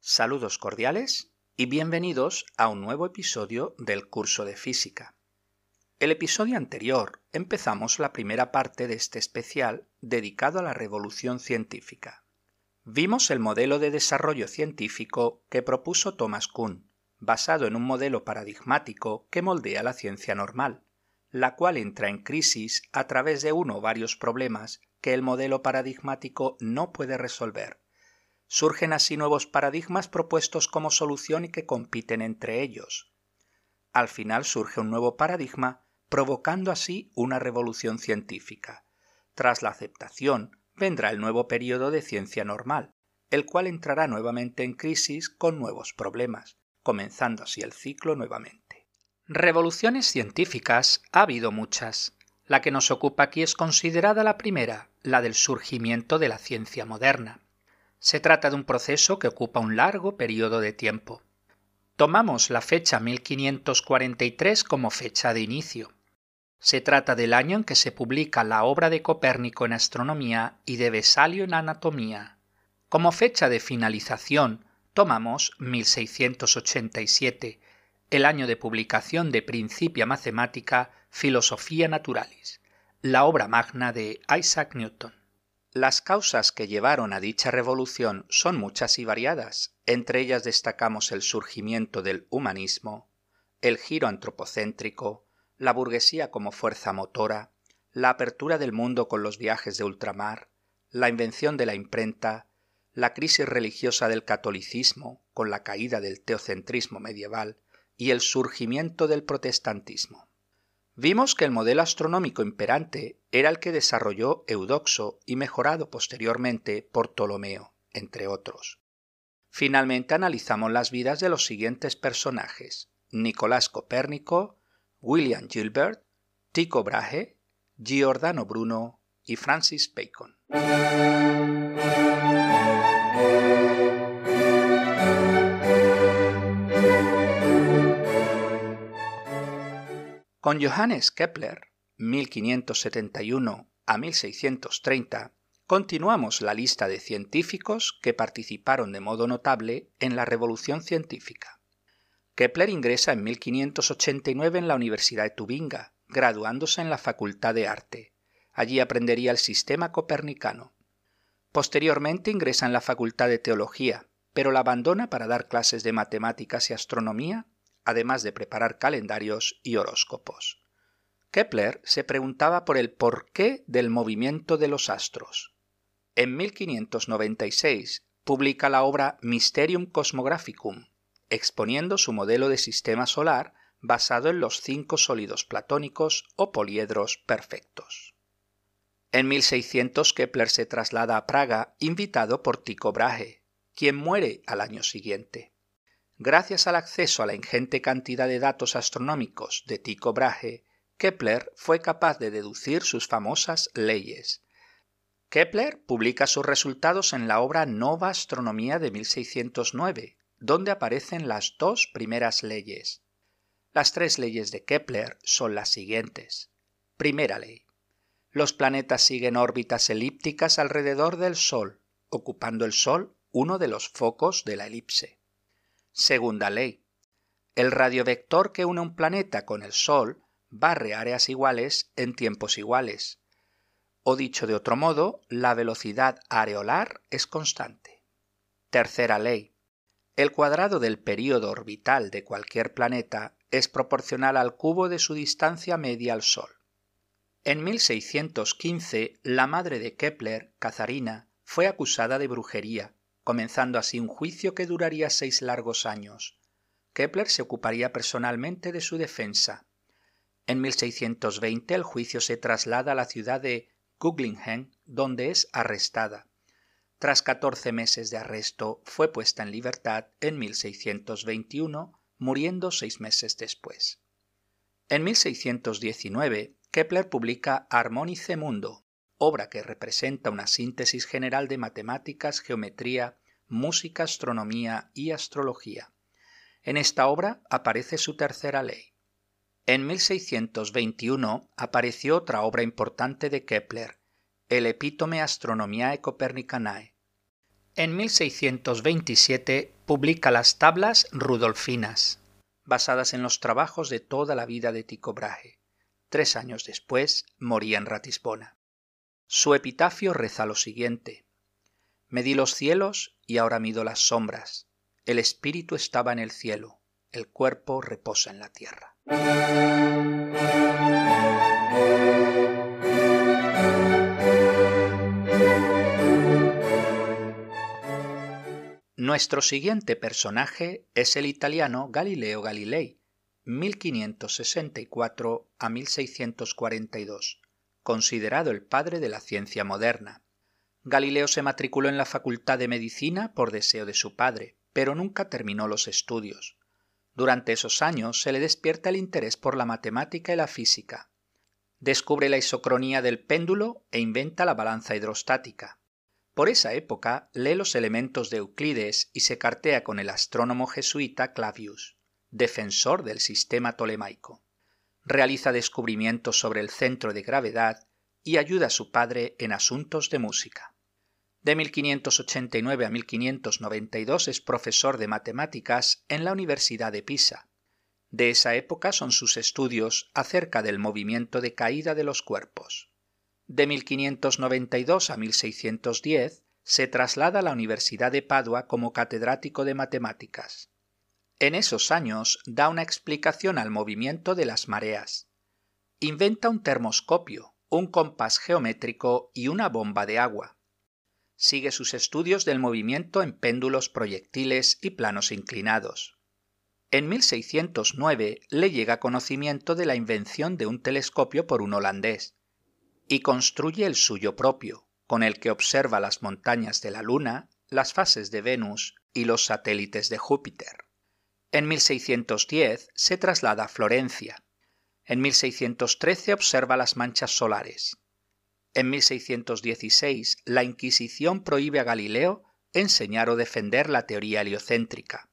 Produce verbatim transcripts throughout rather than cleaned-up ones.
Saludos cordiales y bienvenidos a un nuevo episodio del curso de física. El episodio anterior empezamos la primera parte de este especial dedicado a la revolución científica. Vimos el modelo de desarrollo científico que propuso Thomas Kuhn, basado en un modelo paradigmático que moldea la ciencia normal, la cual entra en crisis a través de uno o varios problemas que el modelo paradigmático no puede resolver. Surgen así nuevos paradigmas propuestos como solución y que compiten entre ellos. Al final surge un nuevo paradigma, provocando así una revolución científica. Tras la aceptación, vendrá el nuevo periodo de ciencia normal, el cual entrará nuevamente en crisis con nuevos problemas, comenzando así el ciclo nuevamente. Revoluciones científicas ha habido muchas. La que nos ocupa aquí es considerada la primera, la del surgimiento de la ciencia moderna. Se trata de un proceso que ocupa un largo periodo de tiempo. Tomamos la fecha mil quinientos cuarenta y tres como fecha de inicio. Se trata del año en que se publica la obra de Copérnico en astronomía y de Vesalio en anatomía. Como fecha de finalización, tomamos mil seiscientos ochenta y siete, el año de publicación de Principia Mathematica Philosophia Naturalis, la obra magna de Isaac Newton. Las causas que llevaron a dicha revolución son muchas y variadas. Entre ellas destacamos el surgimiento del humanismo, el giro antropocéntrico, la burguesía como fuerza motora, la apertura del mundo con los viajes de ultramar, la invención de la imprenta, la crisis religiosa del catolicismo con la caída del teocentrismo medieval y el surgimiento del protestantismo. Vimos que el modelo astronómico imperante era el que desarrolló Eudoxo y mejorado posteriormente por Ptolomeo, entre otros. Finalmente analizamos las vidas de los siguientes personajes: Nicolás Copérnico, William Gilbert, Tycho Brahe, Giordano Bruno y Francis Bacon. Con Johannes Kepler, mil quinientos setenta y uno a mil seiscientos treinta, continuamos la lista de científicos que participaron de modo notable en la revolución científica. Kepler ingresa en mil quinientos ochenta y nueve en la Universidad de Tubinga, graduándose en la Facultad de Arte. Allí aprendería el sistema copernicano. Posteriormente ingresa en la Facultad de Teología, pero la abandona para dar clases de matemáticas y astronomía, además de preparar calendarios y horóscopos. Kepler se preguntaba por el porqué del movimiento de los astros. En mil quinientos noventa y seis publica la obra Mysterium Cosmographicum, exponiendo su modelo de sistema solar basado en los cinco sólidos platónicos o poliedros perfectos. En mil seiscientos Kepler se traslada a Praga invitado por Tycho Brahe, quien muere al año siguiente. Gracias al acceso a la ingente cantidad de datos astronómicos de Tycho Brahe, Kepler fue capaz de deducir sus famosas leyes. Kepler publica sus resultados en la obra Nova Astronomia de mil seiscientos nueve, donde aparecen las dos primeras leyes. Las tres leyes de Kepler son las siguientes. Primera ley. Los planetas siguen órbitas elípticas alrededor del Sol, ocupando el Sol uno de los focos de la elipse. Segunda ley. El radiovector que une un planeta con el Sol barre áreas iguales en tiempos iguales. O dicho de otro modo, la velocidad areolar es constante. Tercera ley. El cuadrado del período orbital de cualquier planeta es proporcional al cubo de su distancia media al Sol. En mil seiscientos quince, la madre de Kepler, Catharina, fue acusada de brujería, comenzando así un juicio que duraría seis largos años. Kepler se ocuparía personalmente de su defensa. En mil seiscientos veinte el juicio se traslada a la ciudad de Guggenheim, donde es arrestada. Tras catorce meses de arresto, fue puesta en libertad en mil seiscientos veintiuno, muriendo seis meses después. En mil seiscientos diecinueve, Kepler publica Harmonice Mundo, obra que representa una síntesis general de matemáticas, geometría, música, astronomía y astrología. En esta obra aparece su tercera ley. En mil seiscientos veintiuno apareció otra obra importante de Kepler, el Epítome Astronomiae Copernicanae. En mil seiscientos veintisiete publica las Tablas Rudolfinas, basadas en los trabajos de toda la vida de Tycho Brahe. Tres años después moría en Ratisbona. Su epitafio reza lo siguiente: medí los cielos y ahora mido las sombras. El espíritu estaba en el cielo, el cuerpo reposa en la tierra. Nuestro siguiente personaje es el italiano Galileo Galilei, mil quinientos sesenta y cuatro a mil seiscientos cuarenta y dos, considerado el padre de la ciencia moderna. Galileo se matriculó en la Facultad de Medicina por deseo de su padre, pero nunca terminó los estudios. Durante esos años se le despierta el interés por la matemática y la física. Descubre la isocronía del péndulo e inventa la balanza hidrostática. Por esa época lee los elementos de Euclides y se cartea con el astrónomo jesuita Clavius, defensor del sistema tolemaico. Realiza descubrimientos sobre el centro de gravedad y ayuda a su padre en asuntos de música. De mil quinientos ochenta y nueve a mil quinientos noventa y dos es profesor de matemáticas en la Universidad de Pisa. De esa época son sus estudios acerca del movimiento de caída de los cuerpos. De mil quinientos noventa y dos a mil seiscientos diez se traslada a la Universidad de Padua como catedrático de matemáticas. En esos años da una explicación al movimiento de las mareas. Inventa un termoscopio, un compás geométrico y una bomba de agua. Sigue sus estudios del movimiento en péndulos, proyectiles y planos inclinados. En mil seiscientos nueve le llega conocimiento de la invención de un telescopio por un holandés, y construye el suyo propio, con el que observa las montañas de la Luna, las fases de Venus y los satélites de Júpiter. En mil seiscientos diez se traslada a Florencia. En mil seiscientos trece observa las manchas solares. En mil seiscientos dieciséis la Inquisición prohíbe a Galileo enseñar o defender la teoría heliocéntrica.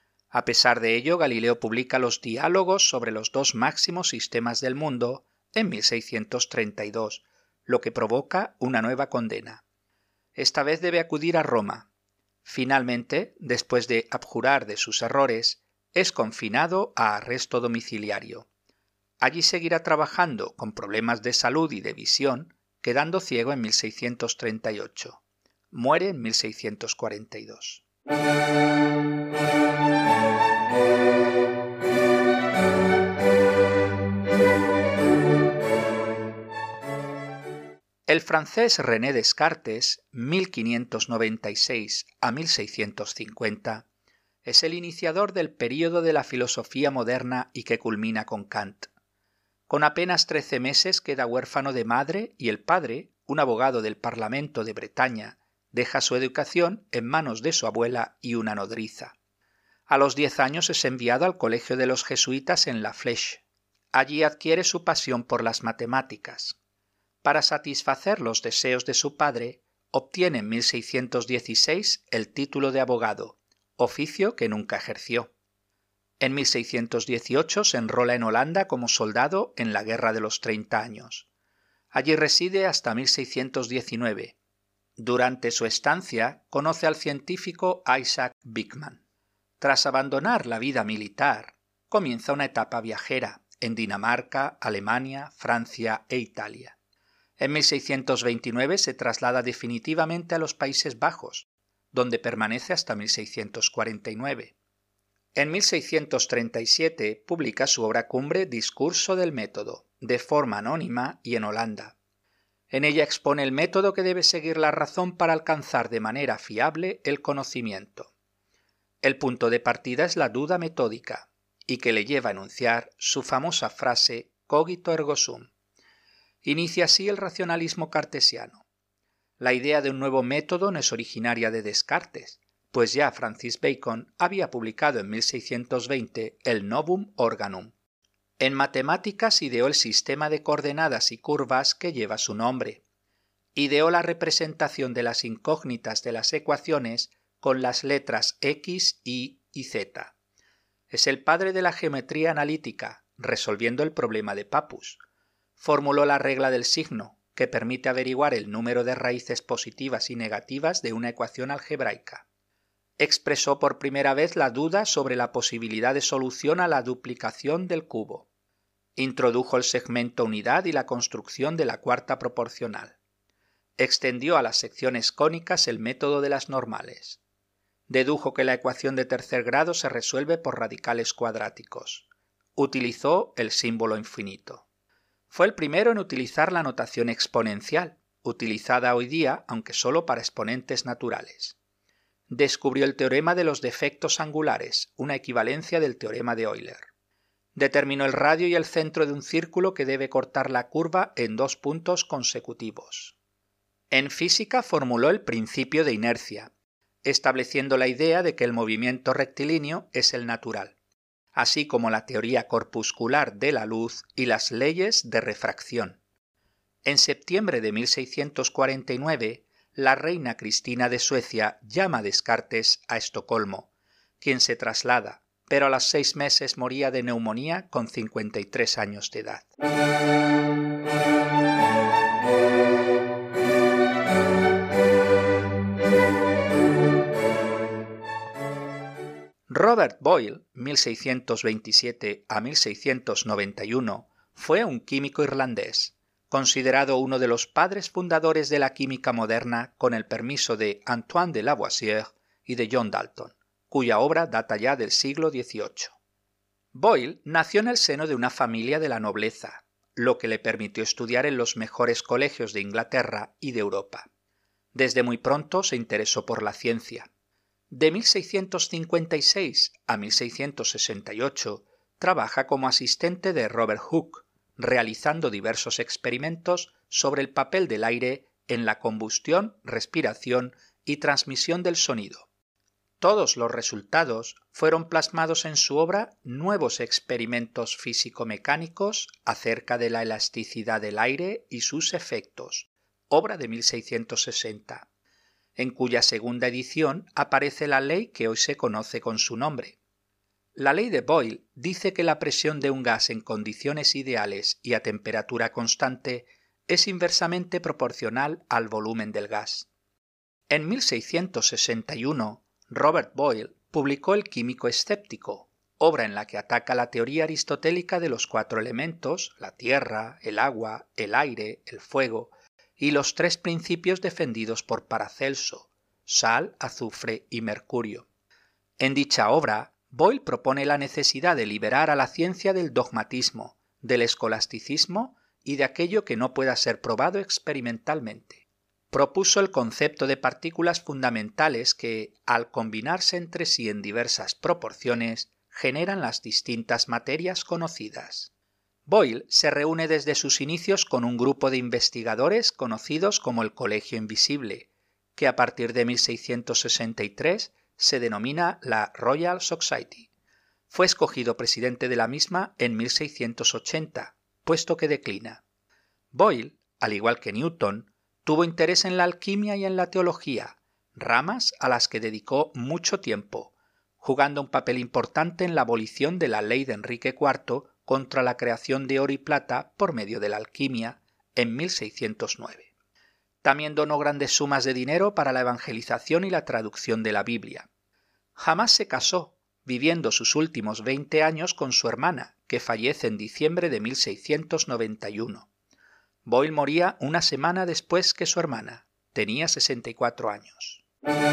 A pesar de ello, Galileo publica los Diálogos sobre los dos máximos sistemas del mundo en mil seiscientos treinta y dos, lo que provoca una nueva condena. Esta vez debe acudir a Roma. Finalmente, después de abjurar de sus errores, es confinado a arresto domiciliario. Allí seguirá trabajando con problemas de salud y de visión, quedando ciego en mil seiscientos treinta y ocho. Muere en mil seiscientos cuarenta y dos. El francés René Descartes, mil quinientos noventa y seis a mil seiscientos cincuenta, es el iniciador del período de la filosofía moderna y que culmina con Kant. Con apenas trece meses queda huérfano de madre y el padre, un abogado del Parlamento de Bretaña, deja su educación en manos de su abuela y una nodriza. A los diez años es enviado al colegio de los jesuitas en La Flèche. Allí adquiere su pasión por las matemáticas. Para satisfacer los deseos de su padre, obtiene en mil seiscientos dieciséis el título de abogado, oficio que nunca ejerció. En mil seiscientos dieciocho se enrola en Holanda como soldado en la Guerra de los Treinta Años. Allí reside hasta mil seiscientos diecinueve. Durante su estancia conoce al científico Isaac Bigman. Tras abandonar la vida militar, comienza una etapa viajera en Dinamarca, Alemania, Francia e Italia. En mil seiscientos veintinueve se traslada definitivamente a los Países Bajos, donde permanece hasta mil seiscientos cuarenta y nueve. En mil seiscientos treinta y siete publica su obra cumbre Discurso del método, de forma anónima y en Holanda. En ella expone el método que debe seguir la razón para alcanzar de manera fiable el conocimiento. El punto de partida es la duda metódica, y que le lleva a enunciar su famosa frase cogito ergo sum. Inicia así el racionalismo cartesiano. La idea de un nuevo método no es originaria de Descartes, pues ya Francis Bacon había publicado en mil seiscientos veinte el Novum Organum. En matemáticas ideó el sistema de coordenadas y curvas que lleva su nombre. Ideó la representación de las incógnitas de las ecuaciones con las letras X, Y y Z. Es el padre de la geometría analítica, resolviendo el problema de Pappus. Formuló la regla del signo, que permite averiguar el número de raíces positivas y negativas de una ecuación algebraica. Expresó por primera vez la duda sobre la posibilidad de solución a la duplicación del cubo. Introdujo el segmento unidad y la construcción de la cuarta proporcional. Extendió a las secciones cónicas el método de las normales. Dedujo que la ecuación de tercer grado se resuelve por radicales cuadráticos. Utilizó el símbolo infinito. Fue el primero en utilizar la notación exponencial, utilizada hoy día aunque solo para exponentes naturales. Descubrió el teorema de los defectos angulares, una equivalencia del teorema de Euler. Determinó el radio y el centro de un círculo que debe cortar la curva en dos puntos consecutivos. En física formuló el principio de inercia, estableciendo la idea de que el movimiento rectilíneo es el natural, así como la teoría corpuscular de la luz y las leyes de refracción. En septiembre de mil seiscientos cuarenta y nueve, la reina Cristina de Suecia llama a Descartes a Estocolmo, quien se traslada, pero a los seis meses moría de neumonía con cincuenta y tres años de edad. Robert Boyle, mil seiscientos veintisiete a mil seiscientos noventa y uno, fue un químico irlandés, considerado uno de los padres fundadores de la química moderna con el permiso de Antoine de Lavoisier y de John Dalton, cuya obra data ya del siglo dieciocho. Boyle nació en el seno de una familia de la nobleza, lo que le permitió estudiar en los mejores colegios de Inglaterra y de Europa. Desde muy pronto se interesó por la ciencia. De mil seiscientos cincuenta y seis a mil seiscientos sesenta y ocho trabaja como asistente de Robert Hooke, realizando diversos experimentos sobre el papel del aire en la combustión, respiración y transmisión del sonido. Todos los resultados fueron plasmados en su obra Nuevos experimentos físico-mecánicos acerca de la elasticidad del aire y sus efectos, obra de mil seiscientos sesenta. En cuya segunda edición aparece la ley que hoy se conoce con su nombre. La ley de Boyle dice que la presión de un gas en condiciones ideales y a temperatura constante es inversamente proporcional al volumen del gas. En mil seiscientos sesenta y uno, Robert Boyle publicó El químico escéptico, obra en la que ataca la teoría aristotélica de los cuatro elementos, la tierra, el agua, el aire, el fuego, y los tres principios defendidos por Paracelso, sal, azufre y mercurio. En dicha obra, Boyle propone la necesidad de liberar a la ciencia del dogmatismo, del escolasticismo y de aquello que no pueda ser probado experimentalmente. Propuso el concepto de partículas fundamentales que, al combinarse entre sí en diversas proporciones, generan las distintas materias conocidas. Boyle se reúne desde sus inicios con un grupo de investigadores conocidos como el Colegio Invisible, que a partir de mil seiscientos sesenta y tres se denomina la Royal Society. Fue escogido presidente de la misma en mil seiscientos ochenta, puesto que declina. Boyle, al igual que Newton, tuvo interés en la alquimia y en la teología, ramas a las que dedicó mucho tiempo, jugando un papel importante en la abolición de la ley de Enrique cuarto contra la creación de oro y plata por medio de la alquimia en mil seiscientos nueve. También donó grandes sumas de dinero para la evangelización y la traducción de la Biblia. Jamás se casó, viviendo sus últimos veinte años con su hermana, que fallece en diciembre de mil seiscientos noventa y uno. Boyle moría una semana después que su hermana. Tenía sesenta y cuatro años.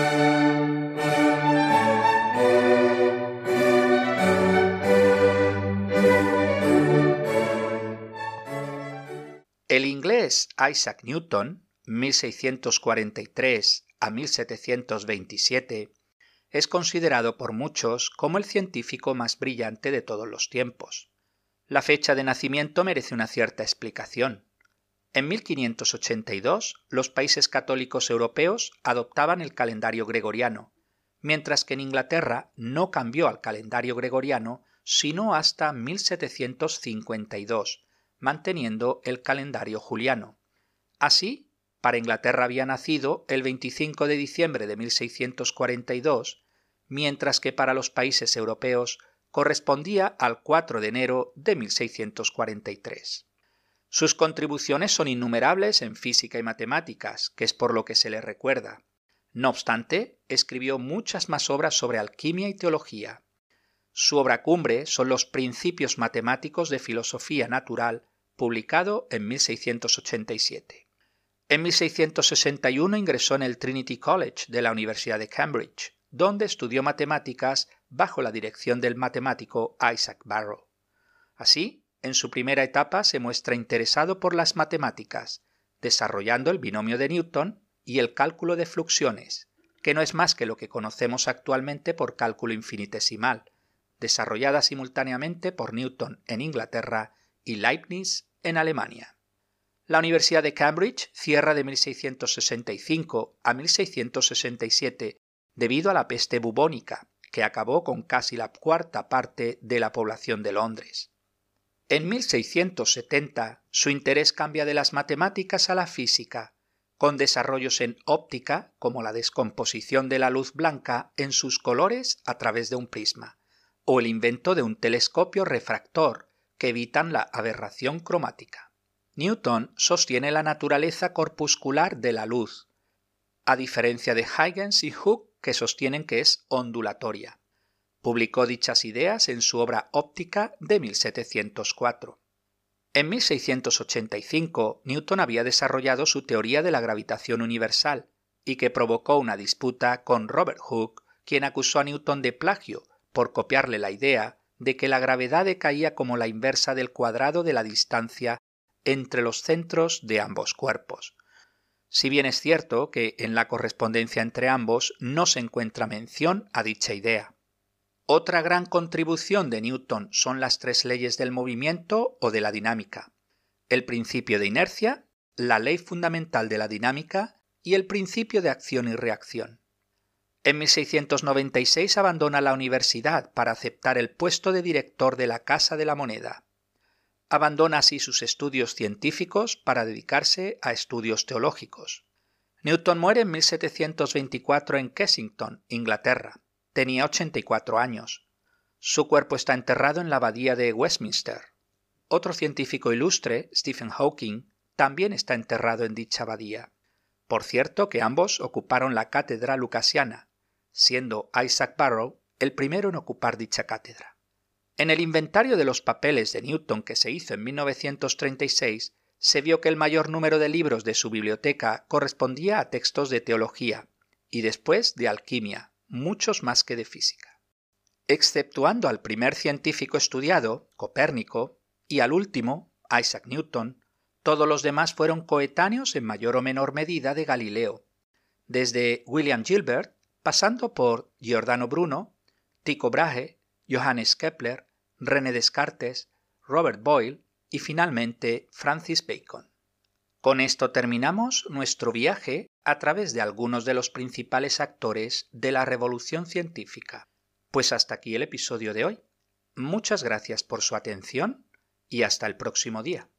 El inglés Isaac Newton, mil seiscientos cuarenta y tres a mil setecientos veintisiete, es considerado por muchos como el científico más brillante de todos los tiempos. La fecha de nacimiento merece una cierta explicación. En mil quinientos ochenta y dos, los países católicos europeos adoptaban el calendario gregoriano, mientras que en Inglaterra no cambió al calendario gregoriano sino hasta mil setecientos cincuenta y dos, manteniendo el calendario juliano. Así, para Inglaterra había nacido el veinticinco de diciembre de mil seiscientos cuarenta y dos, mientras que para los países europeos correspondía al cuatro de enero de mil seiscientos cuarenta y tres. Sus contribuciones son innumerables en física y matemáticas, que es por lo que se le recuerda. No obstante, escribió muchas más obras sobre alquimia y teología. Su obra cumbre son los Principios matemáticos de filosofía natural, publicado en mil seiscientos ochenta y siete. En mil seiscientos sesenta y uno ingresó en el Trinity College de la Universidad de Cambridge, donde estudió matemáticas bajo la dirección del matemático Isaac Barrow. Así, en su primera etapa se muestra interesado por las matemáticas, desarrollando el binomio de Newton y el cálculo de fluxiones, que no es más que lo que conocemos actualmente por cálculo infinitesimal, desarrollada simultáneamente por Newton en Inglaterra y Leibniz en Alemania. La Universidad de Cambridge cierra de mil seiscientos sesenta y cinco a mil seiscientos sesenta y siete debido a la peste bubónica, que acabó con casi la cuarta parte de la población de Londres. En mil seiscientos setenta, su interés cambia de las matemáticas a la física, con desarrollos en óptica como la descomposición de la luz blanca en sus colores a través de un prisma, o el invento de un telescopio refractor que evitan la aberración cromática. Newton sostiene la naturaleza corpuscular de la luz, a diferencia de Huygens y Hooke, que sostienen que es ondulatoria. Publicó dichas ideas en su obra Óptica de mil setecientos cuatro. En mil seiscientos ochenta y cinco, Newton había desarrollado su teoría de la gravitación universal y que provocó una disputa con Robert Hooke, quien acusó a Newton de plagio por copiarle la idea de que la gravedad decaía como la inversa del cuadrado de la distancia entre los centros de ambos cuerpos. Si bien es cierto que en la correspondencia entre ambos no se encuentra mención a dicha idea. Otra gran contribución de Newton son las tres leyes del movimiento o de la dinámica: el principio de inercia, la ley fundamental de la dinámica y el principio de acción y reacción. En mil seiscientos noventa y seis abandona la universidad para aceptar el puesto de director de la Casa de la Moneda. Abandona así sus estudios científicos para dedicarse a estudios teológicos. Newton muere en mil setecientos veinticuatro en Kensington, Inglaterra. Tenía ochenta y cuatro años. Su cuerpo está enterrado en la abadía de Westminster. Otro científico ilustre, Stephen Hawking, también está enterrado en dicha abadía. Por cierto que ambos ocuparon la cátedra lucasiana, siendo Isaac Barrow el primero en ocupar dicha cátedra. En el inventario de los papeles de Newton que se hizo en mil novecientos treinta y seis, se vio que el mayor número de libros de su biblioteca correspondía a textos de teología, y después de alquimia, muchos más que de física. Exceptuando al primer científico estudiado, Copérnico, y al último, Isaac Newton, todos los demás fueron coetáneos en mayor o menor medida de Galileo, desde William Gilbert, pasando por Giordano Bruno, Tycho Brahe, Johannes Kepler, René Descartes, Robert Boyle y finalmente Francis Bacon. Con esto terminamos nuestro viaje a través de algunos de los principales actores de la revolución científica. Pues hasta aquí el episodio de hoy. Muchas gracias por su atención y hasta el próximo día.